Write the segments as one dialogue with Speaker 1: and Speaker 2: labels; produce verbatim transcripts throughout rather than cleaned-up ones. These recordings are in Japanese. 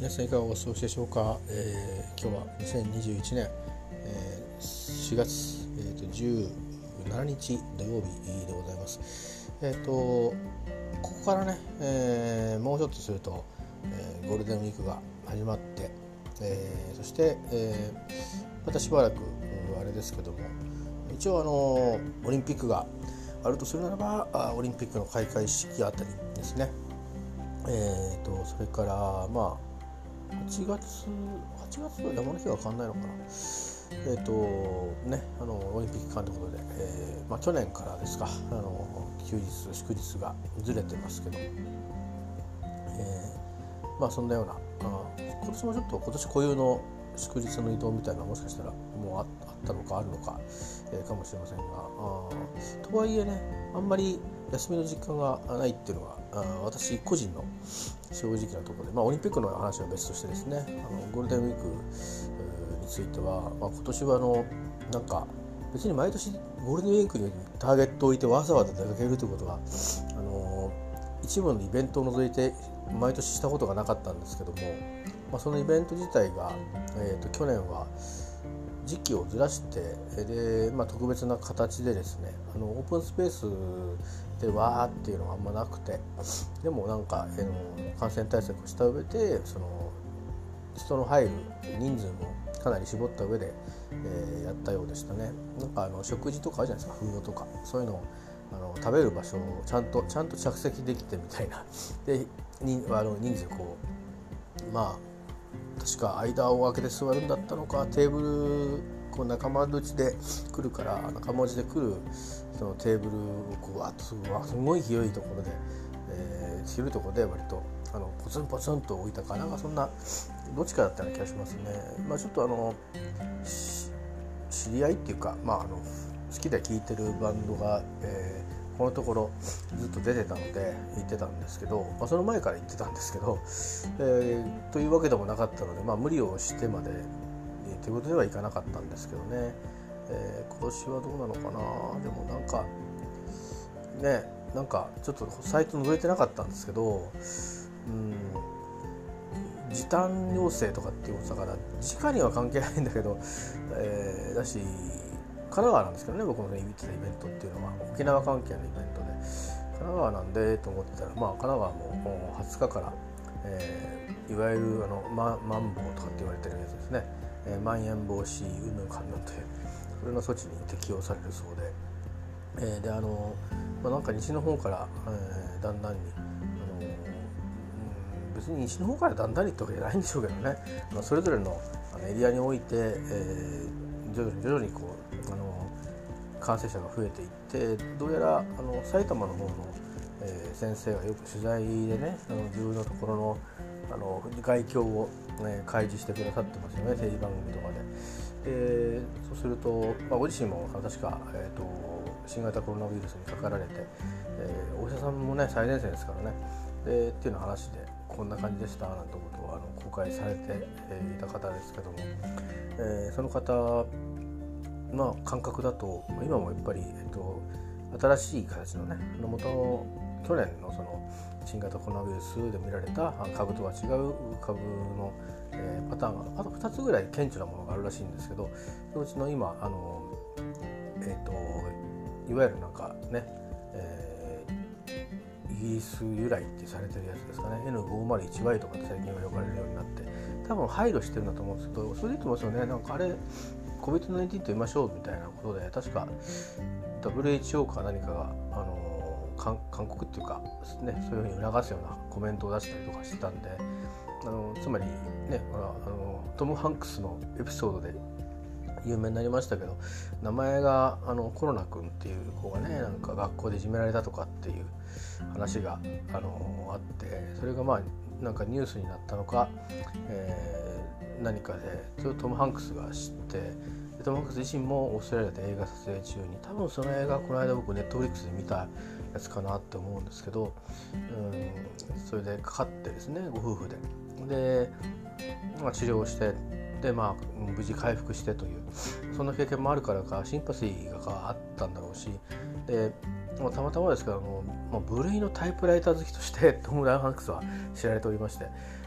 Speaker 1: 皆さんいかがお過ごしでしょうか。えー、今日はにせんにじゅういちねん、えー、しがつ、えー、とじゅうしちにち土曜日でございます。えー、とここからね、えー、もうちょっとすると、えー、ゴールデンウィークが始まって、えー、そして、えー、またしばらくあれですけども、一応あのオリンピックがあるとするならばあオリンピックの開会式あたりですね。えー、とそれからまあはちがつはちがつは山の日は変わんないのかな。えっ、ー、とねあのオリンピック間ということで、えーまあ、去年からですか、あの休日祝日がずれてますけど、えー、まあそんなようなあ今年もちょっと今年固有の祝日の移動みたいなのはもしかしたらもう あ, あったのかあるのか、えー、かもしれませんが、あとはいえねあんまり休みの実感がないっていうのがあ私個人の正直なところで、まあ、オリンピックの話は別としてですね、あのゴールデンウィークについては、まあ、今年はあのなんか別に毎年ゴールデンウィークにターゲットを置いてわざわざ出かけるということはあの一部のイベントを除いて毎年したことがなかったんですけども、まあ、そのイベント自体が、えーと、去年は時期をずらしてで、まあ、特別な形でですね、あのオープンスペースでわーっていうのはあんまなくて、でもなんか、えー、感染対策をした上でその人の入る人数もかなり絞った上で、えー、やったようでしたね。なんかあの食事とかあるじゃないですか、フードとかそういうのをあの食べる場所をちゃんとちゃんと着席できてみたいなでにあの人数こうまあ確か間を空けて座るんだったのか、テーブルこう仲間内で来るから仲間内で来るそのテーブルをこうわっとすごい広いところで、えー、広いところで割とあのポツンポツンと置いたかなんかそんなどっちかだったような気がしますね。まあちょっとあの知り合いっていうか、まああの好きで聴いてるバンドが、えー、このところずっと出てたので行ってたんですけど、まあ、その前から行ってたんですけど、えー、というわけでもなかったので、まあ、無理をしてまで、えー、ということではいかなかったんですけどね、えー、今年はどうなのかな。でもなんかねなんかちょっとサイト覗いてなかったんですけど、うん時短要請とかっていうことだから直には関係ないんだけど、えー、だし神奈川なんですけどね、僕の言ってたイベントっていうのは沖縄関係のイベントで神奈川なんでと思ってたら、まあ神奈川もはつかから、えー、いわゆるあの、ま、マンボウとかって言われてるやつですね、えー、まん延防止云々かんぬんというそれの措置に適用されるそうで、えー、であの、まあ、なんか西の方から、えー、だんだんに別に西の方からだんだんにってわけじゃないんでしょうけどね、あのそれぞれのエリアにおいて、えー、徐々に徐々にこうあの感染者が増えていって、どうやらあの埼玉の方の、えー、先生がよく取材でねあの自分のところのあの外境を、ね、開示してくださってますよね、テレビ番組とかで。でそうすると、まあ、ご自身も確か、えーと、新型コロナウイルスにかかられて、えー、お医者さんもね最前線ですからねでっていうの話でこんな感じでしたなんてことをあの公開されていた方ですけども、えー、その方の感覚だと今もやっぱり、えっと、新しい形のね元の去年のその新型コロナウイルスで見られた株とは違う株の、えー、パターンがあとふたつぐらい顕著なものがあるらしいんですけど、そのうちの今あの、えー、といわゆるなんかね、えー、イギリス由来ってされてるやつですかね エヌごーまるいちワイ とかって最近は呼ばれるようになって多分配慮してるんだと思うんですけど、それで言ってますよね。なんかあれ コビッドナインティーン と言いましょうみたいなことで確か ダブリューエイチオー か何かがあの韓国っていうか、ね、そういうふうに促すようなコメントを出したりとかしてたんで、あのつまりねほらあのトム・ハンクスのエピソードで有名になりましたけど、名前があのコロナ君っていう子がねなんか学校でいじめられたとかっていう話があのあって、それがまあなんかニュースになったのか、えー、何かでそれをトム・ハンクスが知って、トム・ハンクス自身もオーストラリアで映画撮影中に多分その映画この間僕ネットフリックスで見たやつかなって思うんですけど、うん、それでかかってですねご夫婦でで、まあ、治療してで、まあ、無事回復してというそんな経験もあるからかシンパシーがあったんだろうし、でまあ、たまたまですけども、まあ、部類のタイプライター好きとしてトム・ハンクスは知られておりまして、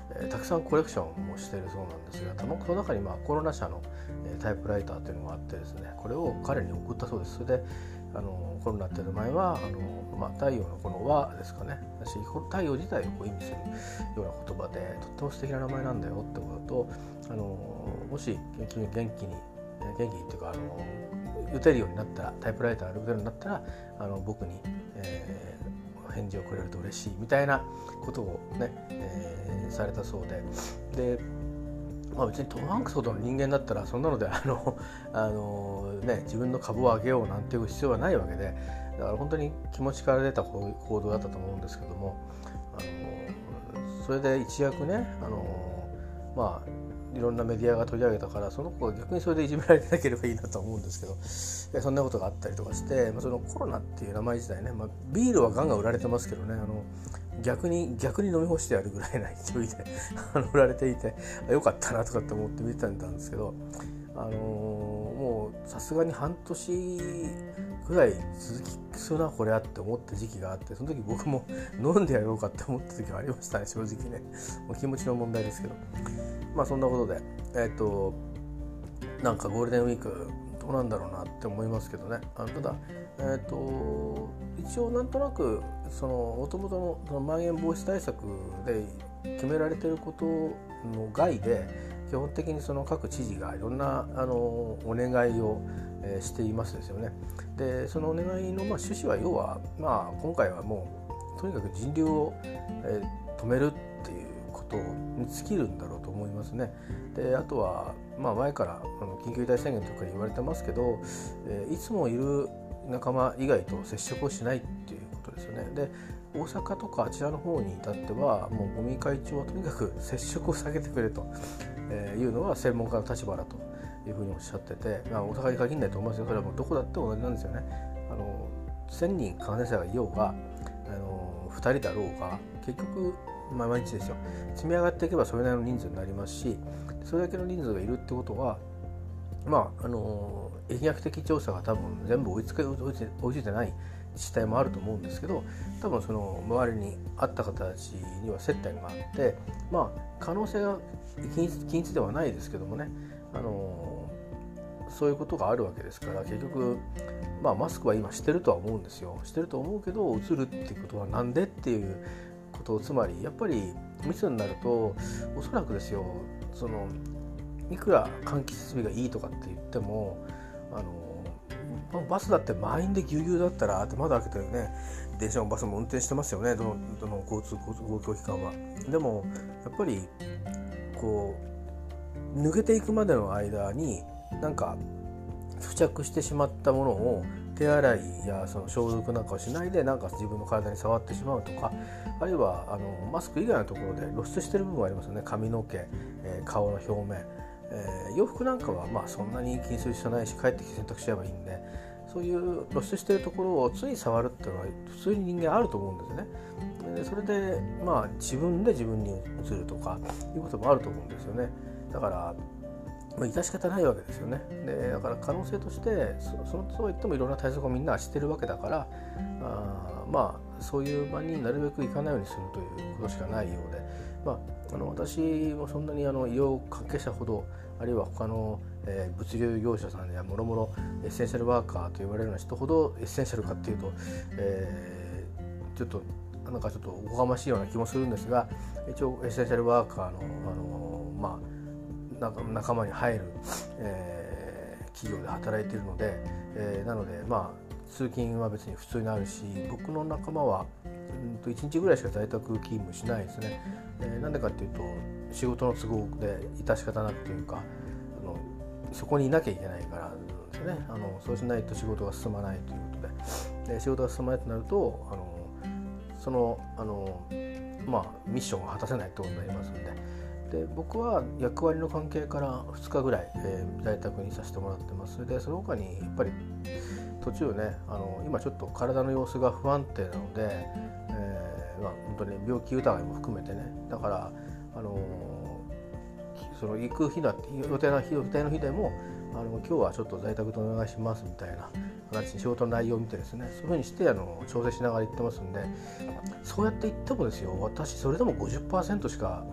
Speaker 1: えー、たくさんコレクションもしているそうなんですが、その中にまあコロナ社のタイプライターというのがあってですね、これを彼に送ったそうです。それであのコロナっていう前はあの、まあ、太陽のこの輪ですかね、私太陽自体をこう意味するような言葉でとっても素敵な名前なんだよってことと、あのもし君元気に元気っていうかあの打てるようになったら、タイプライターが打てるようになったらあの僕に、えー、返事をくれると嬉しいみたいなことをね、えー、されたそうで、でまあ、別にトム・ハンクスほどの人間だったらそんなのであのあの、ね、自分の株を上げようなんていう必要はないわけで、だから本当に気持ちから出た行動だったと思うんですけども、あのそれで一躍ね、あのまあいろんなメディアが取り上げたから、その子が逆にそれでいじめられてなければいいなと思うんですけど、そんなことがあったりとかして、まあ、そのコロナっていう名前自体ね、まあ、ビールはガンガン売られてますけどね、あの逆に逆に飲み干してやるぐらいな勢いで売られていて、よかったなとかって思って見てたんですけど、あのー、もうさすがに半年ぐらい続きそうなこれあって思った時期があって、その時僕も飲んでやろうかって思った時がありましたね、正直ね。もう気持ちの問題ですけど、まあそんなことでえっとなんかゴールデンウィークどうなんだろうなって思いますけどね。あのただえっと一応なんとなくその元々のそのまん延防止対策で決められていることの外で、基本的にその各知事がいろんなあのお願いを、えー、していますですよね。でそのお願いのまあ趣旨は要は、まあ、今回はもうとにかく人流を、えー、止めるっていうことに尽きるんだろうと思いますね。であとは、まあ、前からあの緊急事態宣言とか言われてますけど、えー、いつもいる仲間以外と接触をしないっていうことですよね。で大阪とかあちらの方に至ってはもう尾身会長はとにかく接触を避けてくれというのが専門家の立場だというふうにおっしゃってて、まあ、大阪に限らないと思いますよ。それはもうどこだって同じなんですよね。あのせんにん感染者がいようがあのふたりだろうが結局、まあ、毎日ですよ、積み上がっていけばそれなりの人数になりますし、それだけの人数がいるってことは、まああの疫学的調査が多分全部追いつけ追いついて追いついてない自治体もあると思うんですけど、多分その周りにあった方たちには接点があって、まあ可能性が均一ではないですけどもね、あのそういうことがあるわけですから、結局まあマスクは今してるとは思うんですよ。してると思うけどうつるっていうことはなんでっていうことを、つまりやっぱり密になるとおそらくですよ、そのいくら換気設備がいいとかって言っても、あのバスだって満員でぎゅうぎゅうだったらって窓開けてね、電車もバスも運転してますよね、どの、どの交通公共機関は。でもやっぱりこう抜けていくまでの間になんか付着してしまったものを手洗いやその消毒なんかをしないでなんか自分の体に触ってしまうとか、あるいはあのマスク以外のところで露出している部分がありますよね。髪の毛、えー、顔の表面、えー、洋服なんかはまあそんなに気にする必要ないし、帰ってきて洗濯しちゃえばいいんで、そういう露出しているところをつい触るっていうのは普通に人間あると思うんですよね。でそれでまあ自分で自分に移るとかいうこともあると思うんですよね。だからまあ、致し方ないわけですよね。でだから可能性としてそのそういってもいろんな対策をみんなはしてるわけだから、あまあそういう場になるべく行かないようにするということしかないようで、まあ、あの私もそんなにあの医療関係者ほど、あるいは他の、えー、物流業者さんやもろもろエッセンシャルワーカーと言われるような人ほどエッセンシャルかっていうと、えー、ちょっとなんかちょっとおこがましいような気もするんですが、一応エッセンシャルワーカーの、あのまあなんか仲間に入る、えー、企業で働いているので、えー、なのでまあ通勤は別に普通にあるし、僕の仲間は、うん、といちにちぐらいしか在宅勤務しないですね。えー、なんでかっていうと仕事の都合で致し方なくというか、あのそこにいなきゃいけないからですね。あのそうしないと仕事が進まないということで、で仕事が進まないとなるとあのそのあの、まあ、ミッションを果たせないってことになりますので。で僕は役割の関係からふつかぐらい、えー、在宅にさせてもらってます。でその他にやっぱり途中ね、あの今ちょっと体の様子が不安定なので、えーまあ、本当に病気疑いも含めてね、だからあのその行く日だ予定の日予定の日でもあの今日はちょっと在宅でお願いしますみたいな形に仕事の内容を見てですね、そういうふうにしてあの調整しながら行ってますんで、そうやって言ってもですよ、私それでも ごじゅっパーセント しか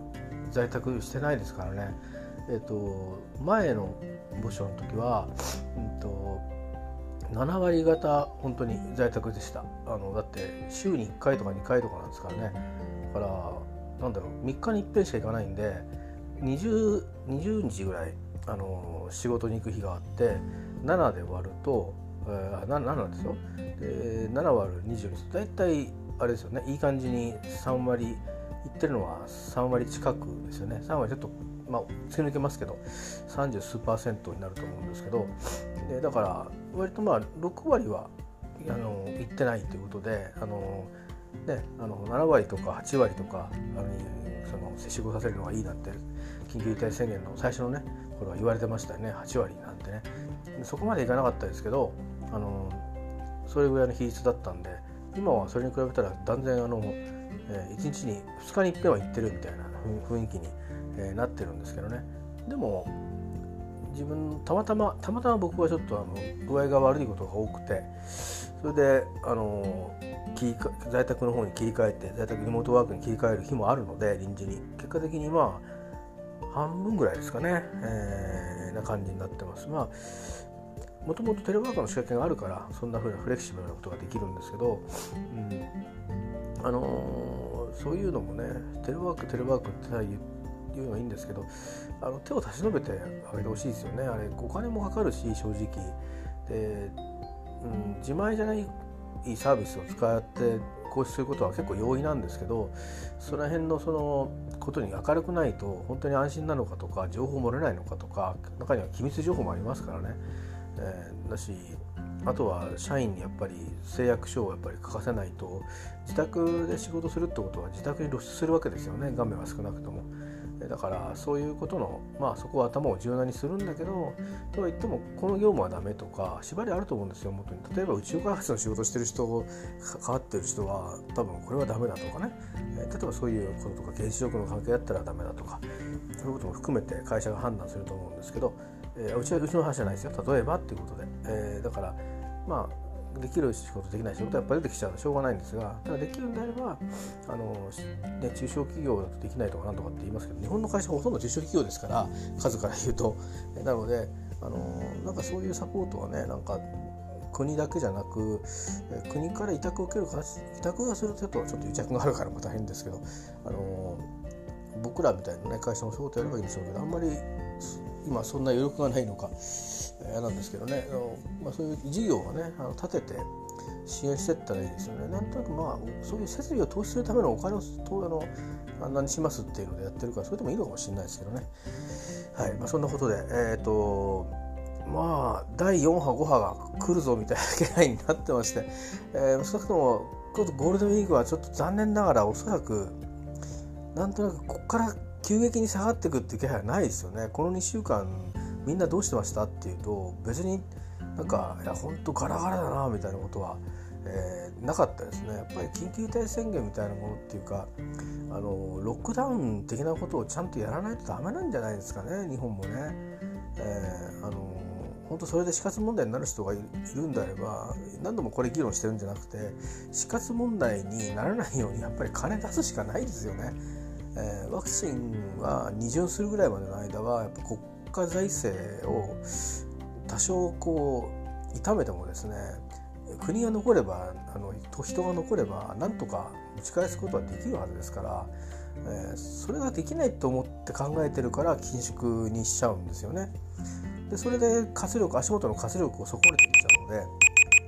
Speaker 1: 在宅してないですからね。えっと前の部署の時は、うんとななわり方本当に在宅でした。あのだって週にいっかいとかにかいとかなんですからね。だからなんだろうみっかにいっぺんしか行かないんでにじゅうにちぐらいあの仕事に行く日があって、ななで割ると、えー、ななですよ。でなな割るにじゅうにだいたいあれですよね、いい感じにさんわりいってるのはさんわり近くですよね。さんわりちょっとまあ突き抜けますけどさんじゅうすうパーセントになると思うんですけど、でだから割とまあろくわりはあの行ってないということで、あのね、あのななわりとかはちわりとかあのその接触させるのがいいなんて緊急事態宣言の最初のね頃は言われてましたよね。はちわりなんてね。そこまでいかなかったですけど、あのそれぐらいの比率だったんで、今はそれに比べたら断然あの、えー、いちにちにふつかにいっぺんは行ってるみたいな雰囲気に、えー、なってるんですけどね。でも自分たまたまたまたま僕はちょっとあの具合が悪いことが多くて、それであの切りか在宅の方に切り替えて在宅リモートワークに切り替える日もあるので、臨時に結果的にまあ半分ぐらいですかね、えー、な感じになってます。まあもともとテレワークの仕掛けがあるからそんな風なフレキシブルなことができるんですけど、うん、あのそういうのもね、テレワークテレワークって言うのはいいんですけど、あの手を差し伸べてあげてほしいですよね。あれお金もかかるし正直で、うん、自前じゃないサービスを使ってこうすることは結構容易なんですけど、その辺のそのことに明るくないと本当に安心なのかとか、情報漏れないのかとか、中には機密情報もありますからね、えー、だしあとは社員にやっぱり誓約書をやっぱり書かせないと、自宅で仕事するってことは自宅に露出するわけですよね、画面は少なくとも。だからそういうことのまあそこは頭を柔軟にするんだけど、とは言ってもこの業務はダメとか縛りあると思うんですよ。元に例えば宇宙開発の仕事してる人を関わってる人は多分これはダメだとかね、例えばそういうこととか原子力の関係だったらダメだとか、そういうことも含めて会社が判断すると思うんですけど、えー、うちはうちの話じゃないですよ、例えばっていうことで、えー、だからまあできる仕事できない仕事はやっぱり出てきちゃうのはしょうがないんですが、ただできるんであればあの、ね、中小企業だとできないとかなんとかって言いますけど、日本の会社はほとんど中小企業ですから、数から言うと。なのであのなんかそういうサポートはね、なんか国だけじゃなく国から委託を受ける形、委託がするとちょっとちょっと癒着があるからまた変ですけど、あの僕らみたいな、ね、会社の仕事やればいいんでしょうけど、あんまり今そんな余力がないのか嫌なんですけどね、あの、まあ、そういう事業をねあの立てて支援していったらいいですよね。なんとなくまあそういう設備を投資するためのお金をあのあんなにしますっていうのでやってるから、それでもいいのかもしれないですけどね。はい、まあ、そんなことでえっ、ー、とまあだいよんはごはが来るぞみたいな気配になってまして、えー、少なくともゴールデンウィークはちょっと残念ながらおそらくなんとなくここから急激に下がっていくっていう気配はないですよね。このにしゅうかんみんなどうしてましたっていうと、別になんかいや本当ガラガラだなみたいなことは、えー、なかったですね。やっぱり緊急事態宣言みたいなものっていうか、あのロックダウン的なことをちゃんとやらないとダメなんじゃないですかね、日本もね。えー、あの本当それで死活問題になる人がいるんであれば、何度もこれ議論してるんじゃなくて、死活問題にならないようにやっぱり金出すしかないですよね。えー、ワクチンは二巡するぐらいまでの間はやっぱ国家財政を多少こう痛めてもですね、国が残ればあの人が残ればなんとか打ち返すことはできるはずですから、えー、それができないと思って考えてるから緊縮にしちゃうんですよね。でそれで活力、足元の活力を損ねていっちゃうので、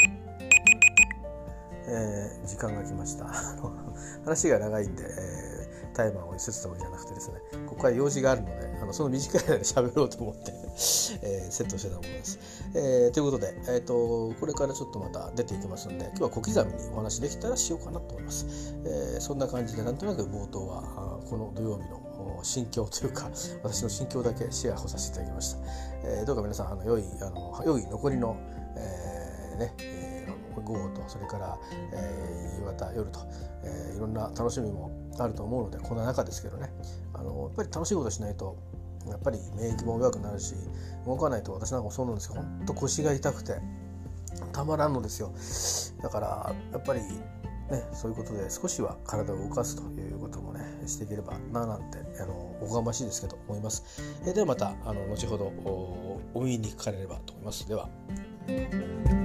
Speaker 1: えー、時間が来ました話が長いんで、えー、タイマーを一節ともじゃなくてですね、ここから用事があるので、あのその短い間で喋ろうと思って、えー、セットしてたものです、えー、ということで、えーと、これからちょっとまた出ていきますので、今日は小刻みにお話できたらしようかなと思います、えー、そんな感じでなんとなく冒頭はこの土曜日の心境というか、私の心境だけシェアをさせていただきました。えー、どうか皆さんあの良いあの良い残りの、えー、ね、えー、午後とそれから、えー、夕方夜と、えー、いろんな楽しみもあると思うので、こんな中ですけどね、あのやっぱり楽しいことしないとやっぱり免疫も弱くなるし、動かないと、私なんかもそうなんですけど、本当腰が痛くてたまらんのですよ。だからやっぱりね、そういうことで少しは体を動かすということもねしていければななんてあのおこがましいですけど思います。えー、ではまたあの後ほどお耳にかかれればと思います。では。